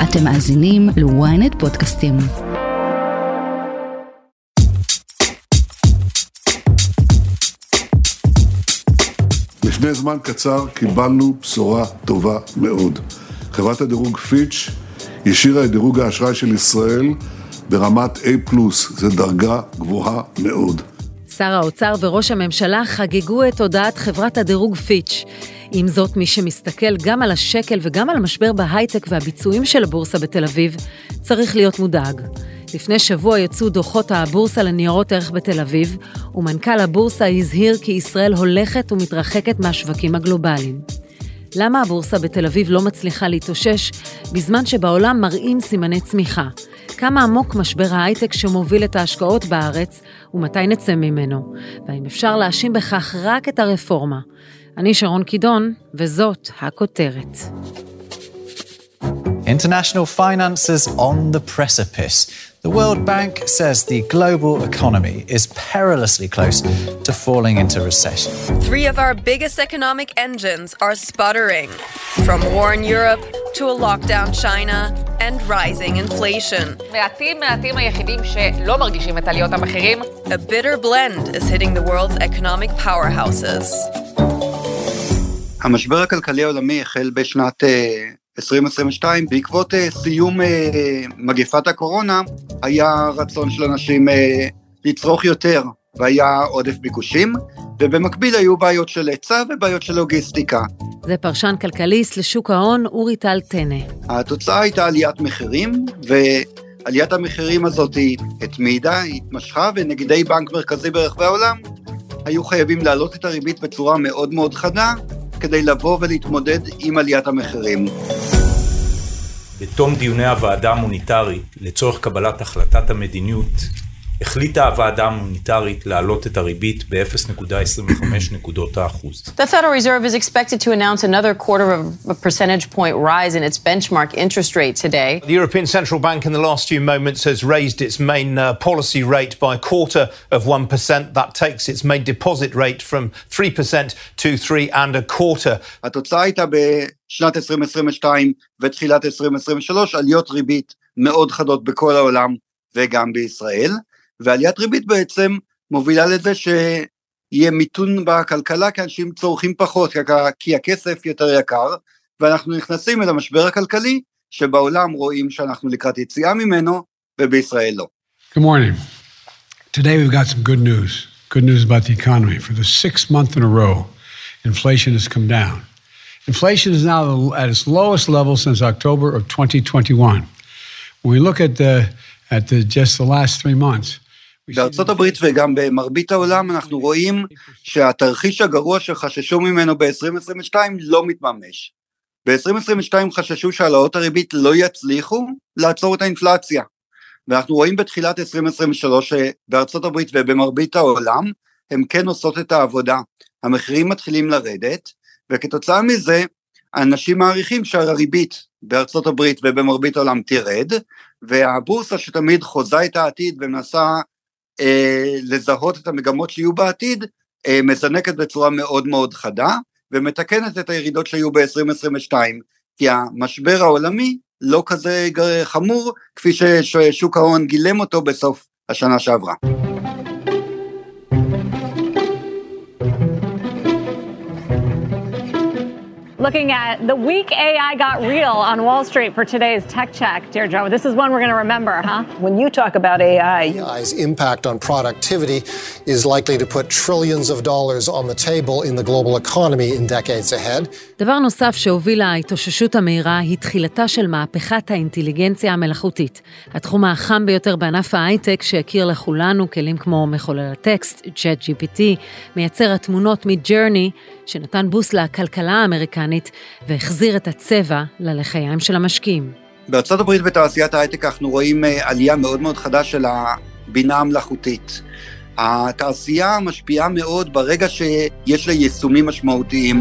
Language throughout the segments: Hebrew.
אתם מאזינים ל-ynet פודקאסטים. לפני זמן קצר קיבלנו בשורה טובה מאוד. חברת הדירוג פיץ' השאירה את דירוג האשראי של ישראל ברמת A+, זה דרגה גבוהה מאוד. שר האוצר וראש הממשלה חגגו את הודעת חברת הדירוג פיץ'. עם זאת, מי שמסתכל גם על השקל וגם על המשבר בהייטק והביצועים של הבורסה בתל אביב, צריך להיות מודאג. לפני שבוע יצאו דוחות הבורסה לניירות ערך בתל אביב, ומנכ"ל הבורסה הזהיר כי ישראל הולכת ומתרחקת מהשווקים הגלובליים. למה הבורסה בתל אביב לא מצליחה להתאושש בזמן שבעולם מראים סימני צמיחה? כמה עמוק משבר ההייטק שמוביל את ההשקעות בארץ, ומתי נצא ממנו? והאם אפשר להאשים בכך רק את הרפורמה? אני שרון קידון, וזאת הכותרת. International finance is on the precipice. The World Bank says the global economy is perilously close to falling into recession. Three of our biggest economic engines are sputtering, from war in Europe to a lockdown China and rising inflation. מעטים היחידים שלא מרגישים את עליות המחירים. A bitter blend is hitting the world's economic powerhouses. המשבר הכלכלי העולמי החל בשנת 2022, בעקבות סיום מגפת הקורונה, היה רצון של אנשים לצרוך יותר, והיה עודף ביקושים, ובמקביל היו בעיות של היצע ובעיות של לוגיסטיקה. זה פרשן כלכליסט לשוק ההון אורי טל טנא. התוצאה הייתה עליית מחירים, ועליית המחירים הזאת התמידה, התמשכה, ונגידי בנק מרכזי ברחבי העולם היו חייבים להעלות את הריבית בצורה מאוד מאוד חדה, כדי לבוא ולהתמודד עם עליית המחירים. בתום דיוני הוועדה המוניטרית, לצורך קבלת החלטת המדיניות, החליטה הוועדה המוניטרית להעלות את הריבית ב-0.25 נקודות האחוז. The Federal Reserve is expected to announce another quarter of a percentage point rise in its benchmark interest rate today. The European Central Bank in the last few moments has raised its main policy rate by a quarter of 1%. That takes its main deposit rate from 3% to 3.25%. התוצאה הייתה בשנת 2022 ותחילת 2023 עליות ריבית מאוד חדות בכל העולם וגם בישראל. ועליית ריבית בעצם מובילה לזה שיהיה מיתון בכלכלה, כי אנשים צורכים פחות, כי הכסף יותר יקר, ואנחנו נכנסים אל המשבר הכלכלי, שבעולם רואים שאנחנו לקראת יציאה ממנו, ובישראל לא. Good morning. Today we've got some good news. Good news about the economy. For the 6th month in a row, inflation has come down. Inflation is now at its lowest level since October of 2021. When we look at just the last 3 months, בארצות הברית וגם במרבית העולם אנחנו רואים שהתרחיש הגרוע שחששו ממנו ב-2022 לא מתממש. ב-2022 חששו שהעלאות הריבית לא יצליחו לעצור את האינפלציה. ואנחנו רואים בתחילת 2023 שבארצות הברית ובמרבית העולם הם כן עושות את העבודה. המחירים מתחילים לרדת, וכתוצאה מזה אנשים מעריכים שהריבית בארצות הברית ובמרבית העולם תירד, והבורסה שתמיד חוזה את העתיד ומנסה לזהות את המגמות שיהיו בעתיד, מזנקת בצורה מאוד מאוד חדה, ומתקנת את הירידות שהיו ב-2022, כי המשבר העולמי לא כזה חמור, כפי ששוק ההון גילם אותו בסוף השנה שעברה. Looking at the week AI got real on Wall Street for today's Tech Check. Dear Joe, this is one we're going to remember, huh? When you talk about AI's impact on productivity is likely to put trillions of dollars on the table in the global economy in decades ahead. דבר נוסף שהוביל ההתאוששות המהירה היא תחילתה של מהפכת האינטליגנציה המלאכותית. התחום החם ביותר בענף ההייטק שהכיר לכולנו כלים כמו מחולל הטקסט, ChatGPT, מייצר התמונות מ-Journey, שנתן בוסט לכלכלה האמריקנית והחזיר את הצבע ללחיים של המשקיעים. בארצות הברית בתעשיית ההייטק אנחנו רואים עלייה מאוד מאוד חדה של הבינה המלאכותית. התעשייה משפיעה מאוד ברגע שיש לה יישומים משמעותיים.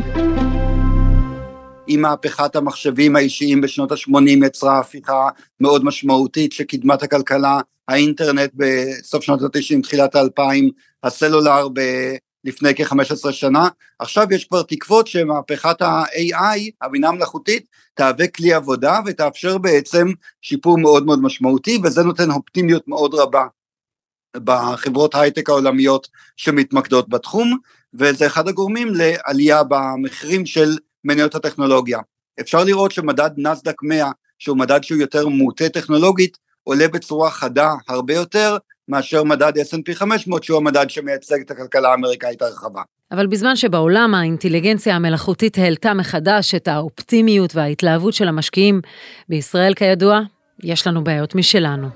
עם מהפכת המחשבים האישיים בשנות ה-80 יצרה הפיכה מאוד משמעותית שקדמת הכלכלה, האינטרנט בסוף שנות ה-90, תחילת ה-2000, הסלולר לפני כ-15 שנה, עכשיו יש כבר תקוות שמהפכת ה-AI, הבינה המלאכותית, תהווה כלי עבודה ותאפשר בעצם שיפור מאוד מאוד משמעותי, וזה נותן אופטימיות מאוד רבה בחברות הייטק העולמיות שמתמקדות בתחום, וזה אחד הגורמים לעלייה במחירים של מניות הטכנולוגיה. אפשר לראות שמדד נסדק 100, שהוא מדד שהוא יותר מוטה טכנולוגית, עולה בצורה חדה הרבה יותר, מאשר מדד S&P 500, שהוא המדד שמייצג את הכלכלה האמריקאית הרחבה. אבל בזמן שבעולם האינטליגנציה המלאכותית העלתה מחדש את האופטימיות וההתלהבות של המשקיעים, בישראל כידוע, יש לנו בעיות משלנו.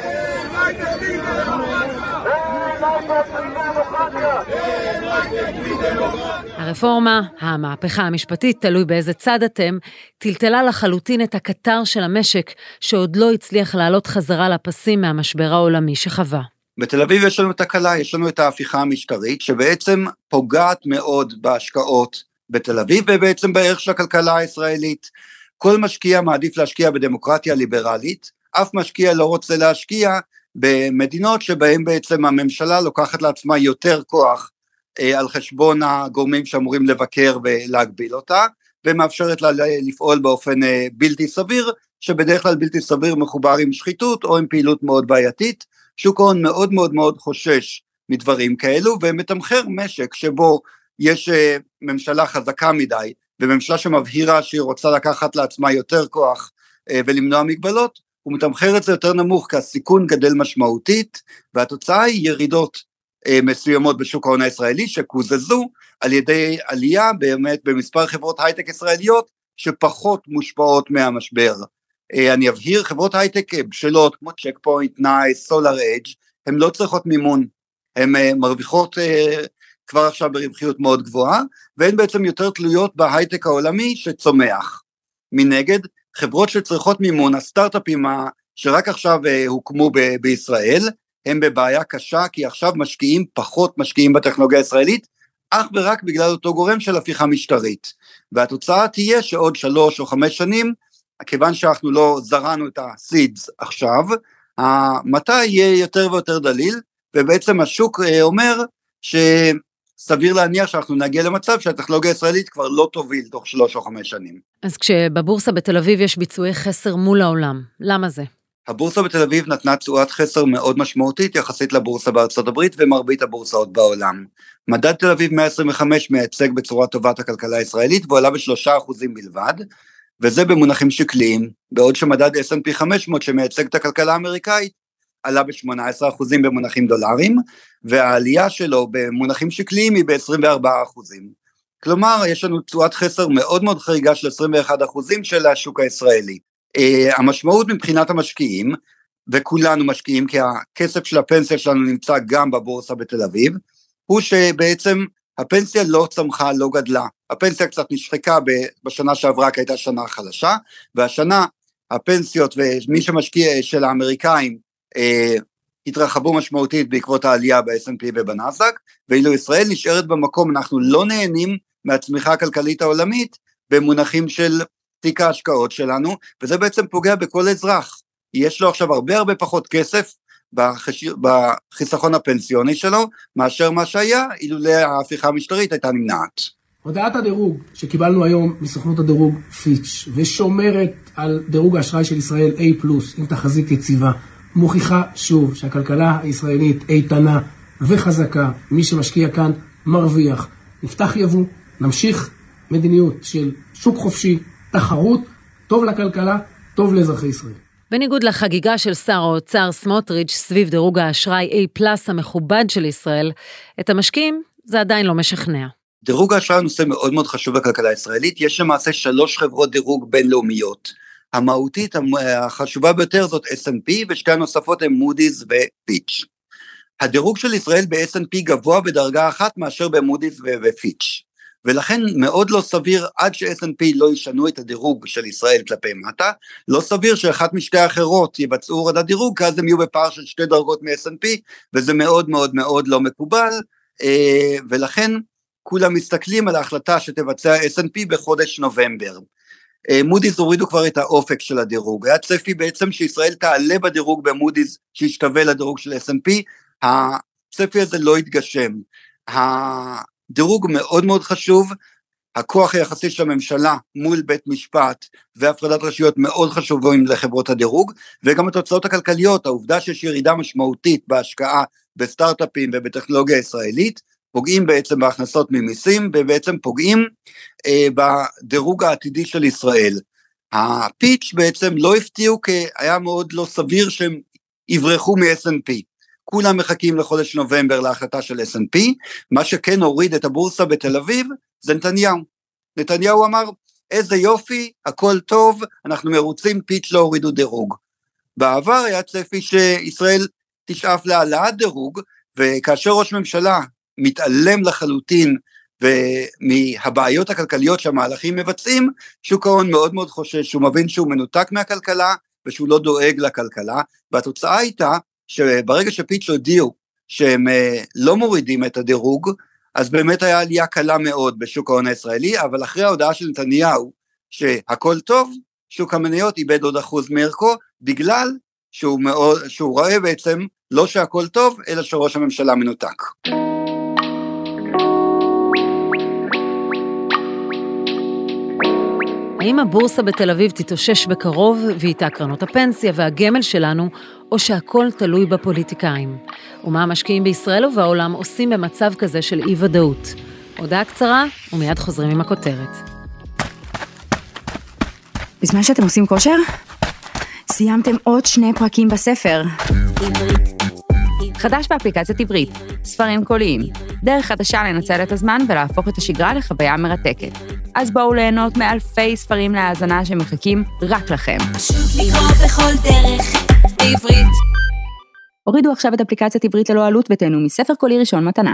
הרפורמה, המהפכה המשפטית, תלוי באיזה צד אתם, טלטלה לחלוטין את הקטר של המשק, שעוד לא הצליח לעלות חזרה לפסים מהמשבר העולמי שחווה. בתל אביב יש לנו תקלה, יש לנו את ההפיכה המשטרית, שבעצם פוגעת מאוד בהשקעות בתל אביב, ובעצם בערך של הכלכלה הישראלית. כל משקיע מעדיף להשקיע בדמוקרטיה ליברלית, אף משקיע לא רוצה להשקיע במדינות שבהן בעצם הממשלה לוקחת לעצמה יותר כוח, על חשבון הגורמים שאמורים לבקר ולהגביל אותה, ומאפשרת לה לפעול באופן בלתי סביר, שבדרך כלל בלתי סביר מחובר עם שחיתות, או עם פעילות מאוד בעייתית. שוק ההון מאוד מאוד מאוד חושש מדברים כאלו, ומתמחר משק שבו יש ממשלה חזקה מדי, וממשלה שמבהירה שהיא רוצה לקחת לעצמה יותר כוח, ולמנוע מגבלות, הוא מתמחר את זה יותר נמוך, כי הסיכון גדל משמעותית, והתוצאה היא ירידות מסוימות בשוק ההון הישראלי, שקוזזו על ידי עלייה באמת במספר חברות הייטק ישראליות, שפחות מושפעות מהמשבר. אני אבהיר, חברות הייטק בשלות, כמו צ'ק פוינט, נייס, סולר אדג', הן לא צריכות מימון, הן מרוויחות כבר עכשיו ברווחיות מאוד גבוהה, והן בעצם יותר תלויות בהייטק העולמי שצומח. מנגד, חברות שצריכות מימון, הסטארט-אפים שרק עכשיו הוקמו בישראל, הם בבעיה קשה, כי עכשיו פחות משקיעים בטכנולוגיה הישראלית, אך ורק בגלל אותו גורם של הפיכה משטרית. והתוצאה תהיה שעוד 3 או 5 שנים, כיוון שאנחנו לא זרענו את הסידס עכשיו, המטה יהיה יותר ויותר דליל, ובעצם השוק אומר שסביר להניח שאנחנו נגיע למצב שהטכנולוגיה הישראלית כבר לא תוביל תוך 3 או 5 שנים. אז כשבבורסה בתל אביב יש ביצועי חסר מול העולם, למה זה? הבורסה בתל אביב נתנה תשואת חסר מאוד משמעותית יחסית לבורסה בארצות הברית ומרבית הבורסאות בעולם. מדד תל אביב 125 מייצג בצורה טובה את הכלכלה הישראלית, והוא עלה ב3% בלבד, וזה במונחים שקליים, בעוד שמדד S&P 500 שמייצג את הכלכלה האמריקאית, עלה ב18% במונחים דולרים, והעלייה שלו במונחים שקליים היא ב24%. כלומר, יש לנו תשואת חסר מאוד מאוד חריגה של 21% של השוק הישראלי. המשמעות מבחינת המשקיעים, וכולנו משקיעים כי הכסף של הפנסיה שלנו נמצא גם בבורסה בתל אביב, הוא שבעצם הפנסיה לא צמחה, לא גדלה, הפנסיה קצת נשחקה בשנה שעברה כי הייתה שנה חלשה, והשנה הפנסיות ומי שמשקיע של האמריקאים התרחבו משמעותית בעקבות העלייה ב-S&P ובנסדק, ואילו ישראל נשארת במקום, אנחנו לא נהנים מהצמיחה הכלכלית העולמית במונחים של תיק ההשקעות שלנו, וזה בעצם פוגע בכל אזרח. יש לו עכשיו הרבה פחות כסף בחיסכון הפנסיוני שלו, מאשר מה שהיה, אילולא ההפיכה המשטרית הייתה נמנעת. הודעת הדירוג שקיבלנו היום מסוכנות הדירוג פיץ' ושומרת על דירוג האשראי של ישראל A+, עם תחזית יציבה, מוכיחה שוב שהכלכלה הישראלית איתנה וחזקה, מי שמשקיע כאן מרוויח. נפתח יבוא, נמשיך מדיניות של שוק חופשי, תחרות, טוב לכלכלה, טוב לאזרחי ישראל. בניגוד לחגיגה של שר האוצר סמוטריץ' סביב דירוג האשראי A+ המכובד של ישראל, את המשקיעים זה עדיין לא משכנע. דירוג האשראי הוא נושא מאוד מאוד חשוב לכלכלה הישראלית, יש למעשה 3 חברות דירוג בינלאומיות, המהותית החשובה ביותר זאת S&P, ושתי הנוספות הן מודי'ס ופיץ'. הדירוג של ישראל ב-S&P גבוה בדרגה אחת מאשר במודי'ס ופיץ', ולכן מאוד לא סביר עד ש-S&P לא ישנו את הדירוג של ישראל כלפי מטה, לא סביר שאחת משתי האחרות יבצעו הורדת דירוג, כי אז הם יהיו בפער של 2 דרגות מ-S&P, וזה מאוד מאוד מאוד לא מקובל, ולכן כולם מסתכלים על ההחלטה שתבצע S&P בחודש נובמבר. מודי'ס הורידו כבר את האופק של הדירוג, היה צפי בעצם שישראל תעלה בדירוג במודי'ס, שישתווה לדירוג של S&P, הצפי הזה לא יתגשם, הדירוג מאוד מאוד חשוב, הכוח היחסי של הממשלה מול בית משפט והפרדת רשויות מאוד חשובים לחברות הדירוג, וגם התוצאות הכלכליות, העובדה שיש ירידה משמעותית בהשקעה בסטארט-אפים ובטכנולוגיה ישראלית, פוגעים בעצם בהכנסות ממיסים, ובעצם פוגעים בדירוג העתידי של ישראל. הפיץ' בעצם לא הפתיעו, כי היה מאוד לא סביר שהם יברחו מ-S&P. כולם מחכים לחודש נובמבר להחלטה של S&P, מה שכן הוריד את הבורסה בתל אביב, זה נתניהו. נתניהו אמר, איזה יופי, הכל טוב, אנחנו מרוצים, פיץ' לא הורידו דירוג. בעבר היה צפי שישראל תשאף להעלאת דירוג, וכאשר ראש ממשלה מתעלם לחלוטין, ומהבעיות הכלכליות שהמהלכים מבצעים, שוק ההון מאוד מאוד חושש, שהוא מבין שהוא מנותק מהכלכלה, ושהוא לא דואג לכלכלה, והתוצאה הייתה, שברגע שפיץ' הודיעו, שהם לא מורידים את הדירוג, אז באמת היה עלייה קלה מאוד בשוק ההון הישראלי, אבל אחרי ההודעה של נתניהו, שהכל טוב, שוק המניות איבד עוד 1% מערכו, בגלל שהוא רואה בעצם, לא שהכל טוב, אלא שראש הממשלה מנותק. האם הבורסה בתל אביב תתאושש בקרוב, ואיתה קרנות הפנסיה והגמל שלנו, או שהכל תלוי בפוליטיקאים? ומה המשקיעים בישראל ובעולם עושים במצב כזה של אי-ודאות? הודעה קצרה, ומיד חוזרים עם הכותרת. בזמן שאתם עושים כושר, סיימתם עוד 2 פרקים בספר. חדש באפליקציית עברית, ספרים קוליים, דרך חדשה לנצל את הזמן ולהפוך את השגרה לחוויה מרתקת. אז בואו ליהנות מאלפי ספרים להאזנה שמחכים רק לכם. פשוט לקרוא בכל דרך, בעברית. הורידו עכשיו את אפליקציית עברית ללא עלות ותיהנו מספר קולי ראשון מתנה.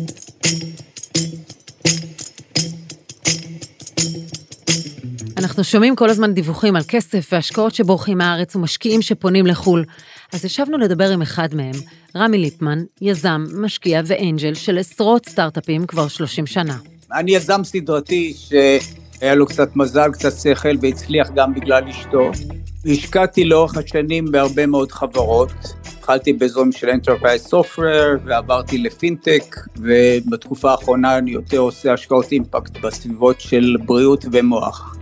אנחנו שומעים כל הזמן דיווחים על כסף והשקעות שבורחים מהארץ ומשקיעים שפונים לחול. אז ישבנו לדבר עם אחד מהם, רמי ליפמן, יזם, משקיע ואנג'ל של עשרות סטארט-אפים כבר 30 שנה. אני יזם סדרתי שהיה לו קצת מזל, קצת שכל והצליח גם בגלל אשתו. השקעתי לאורך השנים בהרבה מאוד חברות. התחלתי באזורים של Enterprise Software ועברתי לפינטק, ובתקופה האחרונה אני יותר עושה השקעות אימפקט בסביבות של בריאות ומוח.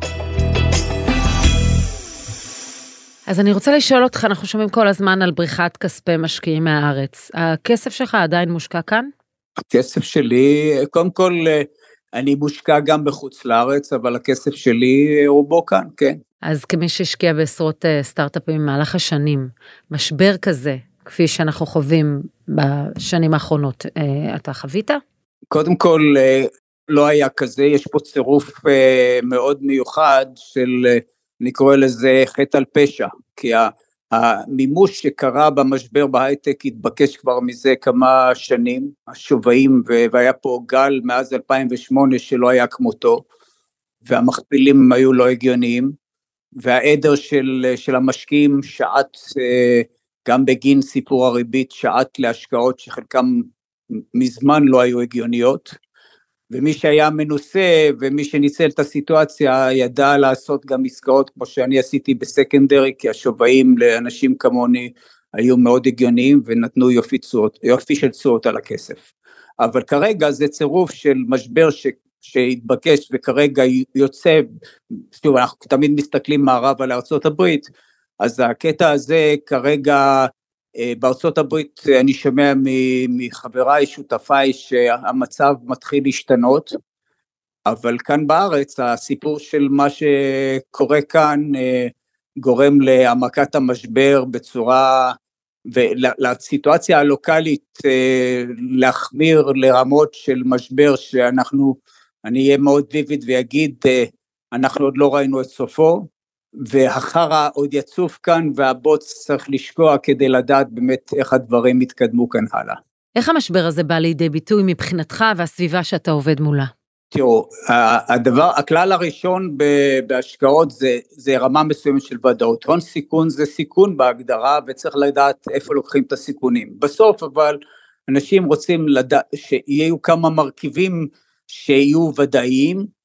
אז אני רוצה לשאול אותך, אנחנו שומעים כל הזמן על בריחת כספי משקיעים מהארץ. הכסף שלך עדיין מושקע כאן? הכסף שלי, קודם כל, אני מושקע גם בחוץ לארץ, אבל הכסף שלי רובו כאן, כן. אז כמי שהשקיע בעשרות סטארט-אפים במהלך השנים, משבר כזה, כפי שאנחנו חווים בשנים האחרונות, אתה חווית? קודם כל, לא היה כזה, יש פה צירוף מאוד מיוחד של, אני קורא לזה חטא על פשע, כי המימוש שקרה במשבר בהייטק התבקש כבר מזה כמה שנים, השווים, והיה פה גל מאז 2008 שלא היה כמותו, והמכפילים היו לא הגיוניים, והעדר של המשקיעים שעט, גם בגין סיפור הריבית, שעט להשקעות שחלקם מזמן לא היו הגיוניות, ומי שהיה מנוסה ומי שניצל את הסיטואציה ידע לעשות גם עסקאות כמו שאני עשיתי בסקנדרי, כי השווים לאנשים כמוני היו מאוד הגיוניים ונתנו יופי של תשואות על הכסף. אבל כרגע זה צירוף של משבר שהתבקש וכרגע יוצא, שוב אנחנו תמיד מסתכלים מערב על ארצות הברית, אז הקטע הזה כרגע בארצות הברית אני שומע מחבריי, שותפיי, שהמצב מתחיל להשתנות, אבל כאן בארץ הסיפור של מה שקורה כאן גורם להעמקת המשבר בצורה, ולסיטואציה הלוקלית להחמיר לרמות של משבר אני אהיה מאוד ויביד ויגיד, אנחנו עוד לא ראינו את סופו, והחרה עוד יצוף כאן, והבוץ צריך לשקוע כדי לדעת באמת איך הדברים מתקדמו כאן הלאה. איך המשבר הזה בא לידי ביטוי מבחינתך והסביבה שאתה עובד מולה? תראו, הכלל הראשון בהשקעות זה רמה מסוימת של ודאות. הון סיכון זה סיכון בהגדרה, וצריך לדעת איפה לוקחים את הסיכונים. בסוף אבל אנשים רוצים לדעת שיהיו כמה מרכיבים שיהיו ודאיים,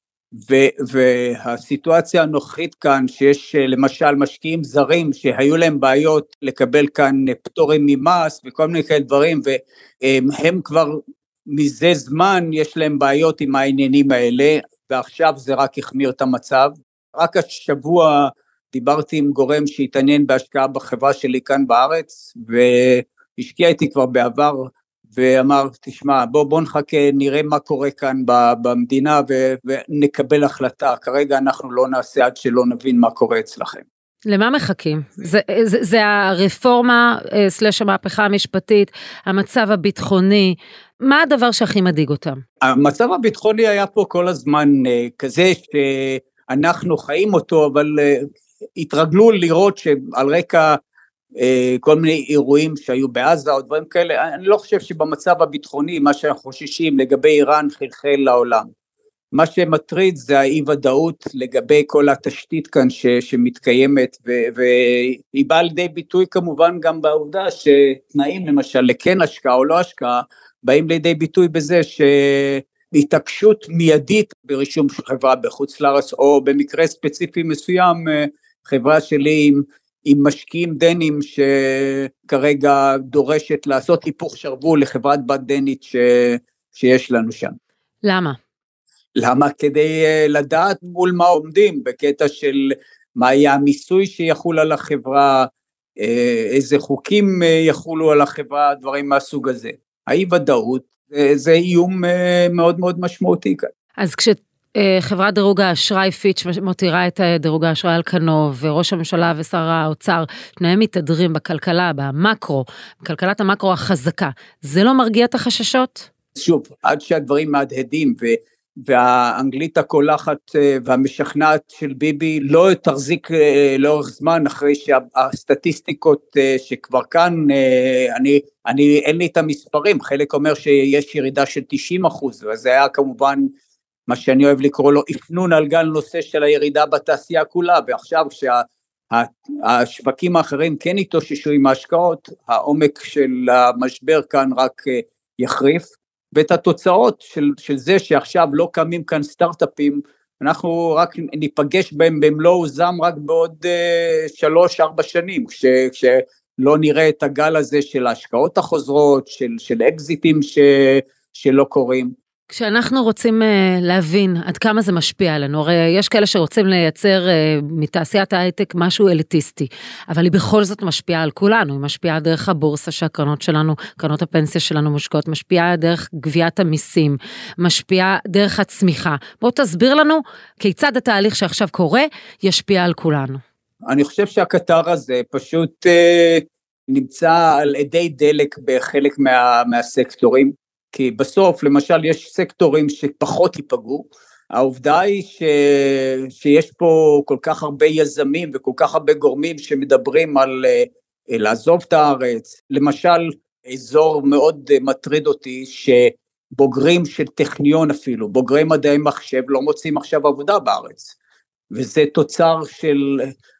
והסיטואציה הנוכחית כאן, שיש למשל משקיעים זרים שהיו להם בעיות לקבל כאן פטורים ממס וכל מיני כאלה דברים, והם כבר מזה זמן יש להם בעיות עם העניינים האלה, ועכשיו זה רק החמיר את המצב. רק השבוע דיברתי עם גורם שהתעניין בהשקעה בחברה שלי כאן בארץ, והשקיע איתי כבר בעבר, ואמר, תשמע, בוא נחכה, נראה מה קורה כאן במדינה, ונקבל החלטה. כרגע אנחנו לא נעשה עד שלא נבין מה קורה אצלכם. למה מחכים? זה הרפורמה, סלש המהפכה המשפטית, המצב הביטחוני, מה הדבר שהכי מדאיג אותם? המצב הביטחוני היה פה כל הזמן כזה שאנחנו חיים אותו, אבל התרגלו לראות שעל רקע כל מיני אירועים שהיו בעזה או דברים כאלה, אני לא חושב שבמצב הביטחוני, מה שאנחנו חוששים לגבי איראן חלחל לעולם. מה שמטריד זה האי ודאות לגבי כל התשתית כאן שמתקיימת, והיא באה לידי ביטוי כמובן גם בעובדה שתנאים למשל לכן השקעה או לא השקעה, באים לידי ביטוי בזה שהתעקשות מיידית ברישום של חברה בחוץ לארץ, או במקרה ספציפי מסוים, חברה שלי עם משקיעים דנים שכרגע דורשת לעשות היפוך שרוול לחברת בת דנית שיש לנו שם. למה? למה? כדי לדעת מול מה עומדים, בקטע של מה היה המיסוי שיחול על החברה, איזה חוקים יחולו על החברה, דברים מהסוג הזה. האי ודאות, זה איום מאוד מאוד משמעותי כאן. אז כשחברת דירוג האשראי פיץ' מותירה את דירוג האשראי על כנו, וראש הממשלה ושר האוצר, שניהם מתהדרים בכלכלה, במקרו, בכלכלת המקרו החזקה, זה לא מרגיע את החששות? שוב, עד שהדברים מהדהדים והאנגלית הקולחת והמשכנעת של ביבי לא תחזיק לאורך זמן, אחרי שהסטטיסטיקות שכבר כאן, אין לי את המספרים, חלק אומר שיש ירידה של 90%, וזה היה כמובן מה שאני אוהב לקרוא לו אפנון על גל נושא של הירידה בתעשייה כולה, ועכשיו שהשווקים האחרים כן התאוששו עם ההשקעות, העומק של המשבר כאן רק יחריף, ואת התוצאות של זה שעכשיו לא קמים כאן סטארט-אפים, אנחנו רק ניפגש בהם במלוא עוזם רק בעוד 3-4 שנים, כשלא נראה את הגל הזה של ההשקעות החוזרות, של אקזיטים שלא קורים. כשאנחנו רוצים להבין עד כמה זה משפיע עלינו, הרי יש כאלה שרוצים לייצר מתעשיית ההייטק משהו אליטיסטי, אבל היא בכל זאת משפיעה על כולנו, היא משפיעה דרך הבורסה שהקרנות שלנו, קרנות הפנסיה שלנו מושקעות, משפיעה דרך גביית המיסים, משפיעה דרך הצמיחה. בואו תסביר לנו כיצד התהליך שעכשיו קורה ישפיע על כולנו. אני חושב שהקטר הזה פשוט נמצא על ידי דלק בחלק מהסקטורים, כי בסוף, למשל, יש סקטורים שפחות ייפגעו, העובדה היא שיש פה כל כך הרבה יזמים וכל כך הרבה גורמים שמדברים על לעזוב את הארץ, למשל, אזור מאוד מטריד אותי, שבוגרים של טכניון אפילו, בוגרי מדעי מחשב, לא מוצאים עכשיו עבודה בארץ, וזה תוצר של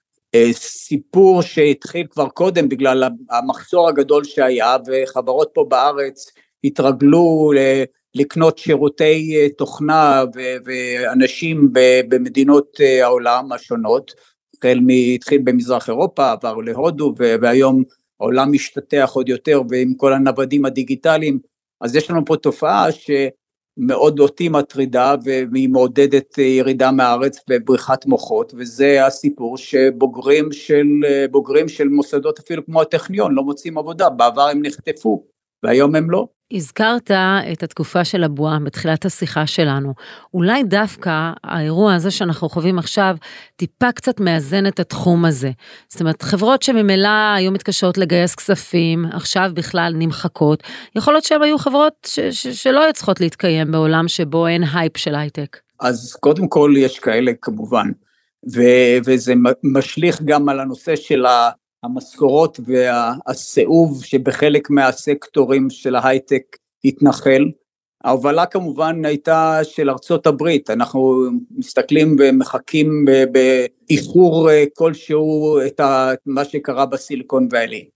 סיפור שהתחיל כבר קודם, בגלל המחסור הגדול שהיה, וחברות פה בארץ, התרגלו לקנות שירותי תוכנה ואנשים במדינות העולם השונות, התחיל במזרח אירופה, עבר להודו, והיום העולם משתתח עוד יותר, ועם כל הנוודים הדיגיטליים, אז יש לנו פה תופעה שמאוד אותי מטרידה, והיא מעודדת ירידה מהארץ ובריחת מוחות, וזה הסיפור שבוגרים של מוסדות אפילו כמו הטכניון, לא מוצאים עבודה, בעבר הם נחטפו, והיום הם לא. הזכרת את התקופה של הבועה בתחילת השיחה שלנו, אולי דווקא האירוע הזה שאנחנו חווים עכשיו, טיפה קצת מאזן את התחום הזה, זאת אומרת חברות שממילא היו מתקשות לגייס כספים, עכשיו בכלל נמחקות, יכול להיות שהן היו חברות שלא היו צריכות להתקיים בעולם שבו אין הייפ של הייטק. אז קודם כל יש כאלה כמובן, וזה משליך גם על הנושא של המשכורות והסיאוב שבחלק מהסקטורים של ההייטק התנחל. ההובלה כמובן הייתה של ארצות הברית, אנחנו מסתכלים ומחכים באיחור כלשהו את מה שקרה בסיליקון ואלי.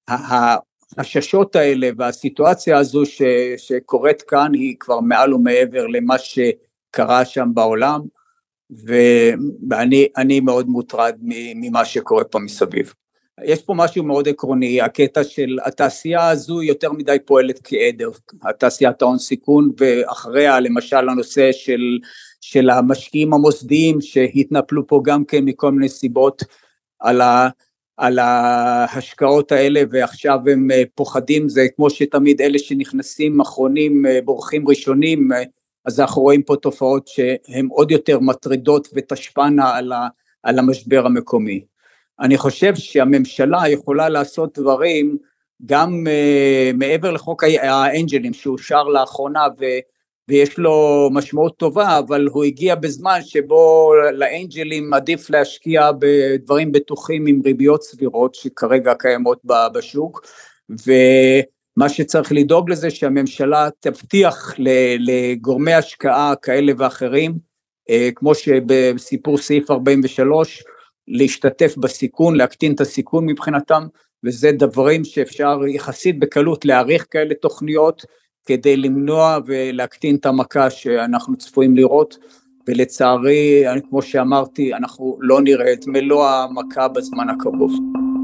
החששות האלה והסיטואציה הזו שקורית כאן היא כבר מעל ומעבר למה שקרה שם בעולם, ואני מאוד מוטרד ממה שקורה פה מסביב. יש פה משהו מאוד עקרוני, הקטע של התעשייה הזו יותר מדי פועלת כעדר, התעשיית ההון סיכון, ואחריה למשל הנושא של המשקיעים המוסדיים שהתנפלו פה גם כן מכל מיני סיבות על ההשקעות האלה, ועכשיו הם פוחדים, זה כמו שתמיד אלה שנכנסים אחרונים בורחים ראשונים, אז אנחנו רואים פה תופעות שהן עוד יותר מטרידות ותשפענה על המשבר המקומי. אני חושב שהממשלה יכולה לעשות דברים גם מעבר לחוק האנג'לים שאושר לאחרונה ויש לו משמעות טובה, אבל הוא הגיע בזמן שבו לאנג'לים עדיף להשקיע בדברים בטוחים עם ריביות סבירות שכרגע קיימות בשוק, ומה שצריך לדאוג לזה שהממשלה תבטיח לגורמי השקעה כאלה ואחרים, כמו שבסיפור סעיף 43, להשתתף בסיכון, להקטין את הסיכון מבחינתם, וזה דברים שאפשר יחסית בקלות להעריך כאלה תוכניות, כדי למנוע ולהקטין את המכה שאנחנו צפויים לראות, ולצערי, כמו שאמרתי, אנחנו לא נראה את מלוא המכה בזמן הקרוב.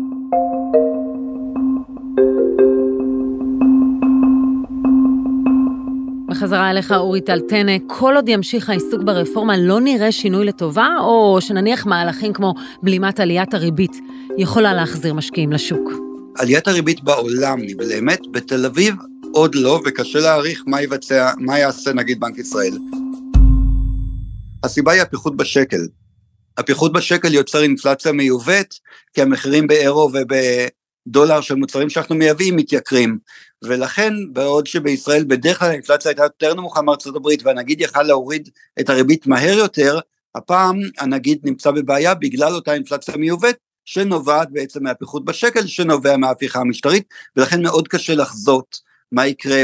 בחזרה אליך אורי טלטנה, כל עוד ימשיך העיסוק ברפורמה לא נראה שינוי לטובה, או שנניח מהלכים כמו בלימת עליית הריבית, יכולה להחזיר משקיעים לשוק? עליית הריבית בעולם, באמת בתל אביב עוד לא, וקשה להעריך מה יעשה נגיד בנק ישראל. הסיבה היא הפיחות בשקל. הפיחות בשקל יוצר אינפלציה מיובאת, כי המחירים באירו ובדולר של מוצרים שאנחנו מייבאים מתייקרים, ולכן בעוד שבישראל בדרך כלל האינפלציה הייתה יותר נמוכה מארצות הברית, והנגיד יכל להוריד את הריבית מהר יותר, הפעם הנגיד נמצא בבעיה בגלל אותה אינפלציה מיובאת, שנובעת בעצם מהפיחות בשקל, שנובע מההפיכה המשטרית, ולכן מאוד קשה לחזות מה יקרה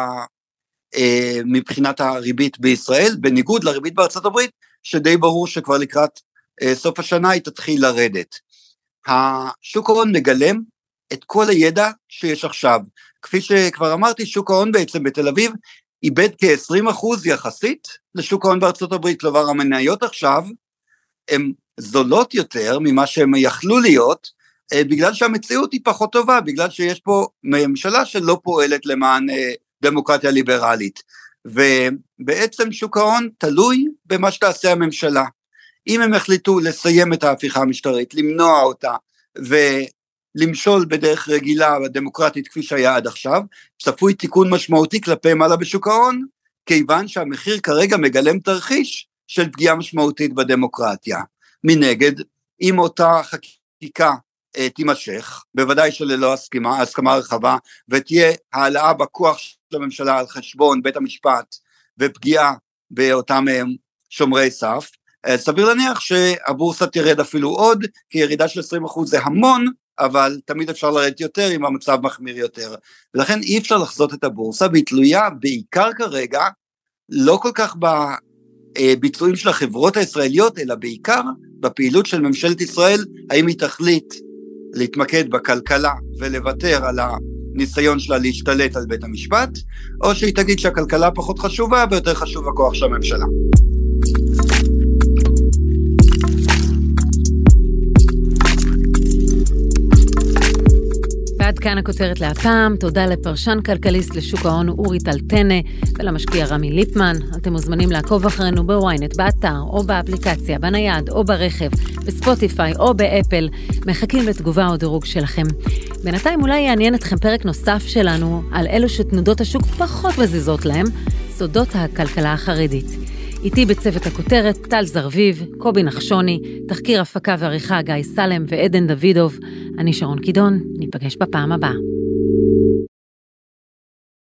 מבחינת הריבית בישראל, בניגוד לריבית בארצות הברית, שדי ברור שכבר לקראת סוף השנה היא תתחיל לרדת. השוק ההון מגלם את כל הידע שיש עכשיו. כפי שכבר אמרתי, שוק ההון בעצם בתל אביב, איבד כ-20% יחסית לשוק ההון בארצות הברית, כלומר המניות עכשיו, הן זולות יותר ממה שהן יכלו להיות, בגלל שהמציאות היא פחות טובה, בגלל שיש פה ממשלה שלא פועלת למען דמוקרטיה ליברלית, ובעצם שוק ההון תלוי במה שתעשה הממשלה. אם הם החליטו לסיים את ההפיכה המשטרית, למנוע אותה, ולמשול בדרך רגילה ודמוקרטית כפי שהיה עד עכשיו, צפוי תיקון משמעותי כלפי מעלה בשוק ההון, כיוון שהמחיר כרגע מגלם תרחיש של פגיעה משמעותית בדמוקרטיה. מנגד, אם אותה חקיקה תימשך, בוודאי שללא הסכמה רחבה, ותהיה העלאה בכוח של הממשלה על חשבון בית המשפט, ופגיעה באותם שומרי סף, סביר להניח שהבורסה תרד אפילו עוד, כי ירידה של 20% זה המון, אבל תמיד אפשר לרדת יותר אם המצב מחמיר יותר, ולכן אי אפשר לחזות את הבורסה, והיא תלויה בעיקר כרגע, לא כל כך בביצועים של החברות הישראליות, אלא בעיקר בפעילות של ממשלת ישראל, האם היא תחליט להתמקד בכלכלה ולוותר על הניסיון שלה להשתלט על בית המשפט, או שהיא תגיד שהכלכלה פחות חשובה ויותר חשוב הכוח של הממשלה. ועד כאן הכותרת להפעם, תודה לפרשן כלכליסט לשוק ההון אורי טלטנה ולמשקיע רמי ליפמן. אתם מוזמנים לעקוב אחרינו בוויינט, באתר או באפליקציה, בנייד או ברכב, בספוטיפיי או באפל. מחכים לתגובה או דירוג שלכם. בינתיים אולי יעניין אתכם פרק נוסף שלנו על אלו שתנודות השוק פחות מזיזות להם, סודות הכלכלה החרדית. איתי בצוות הכותרת טל זרביב, קובי נחשוני, תחקיר הפקה ועריכה גיא סלם ועדן דוידוב. אני שרון קידון, ניפגש בפעם הבאה.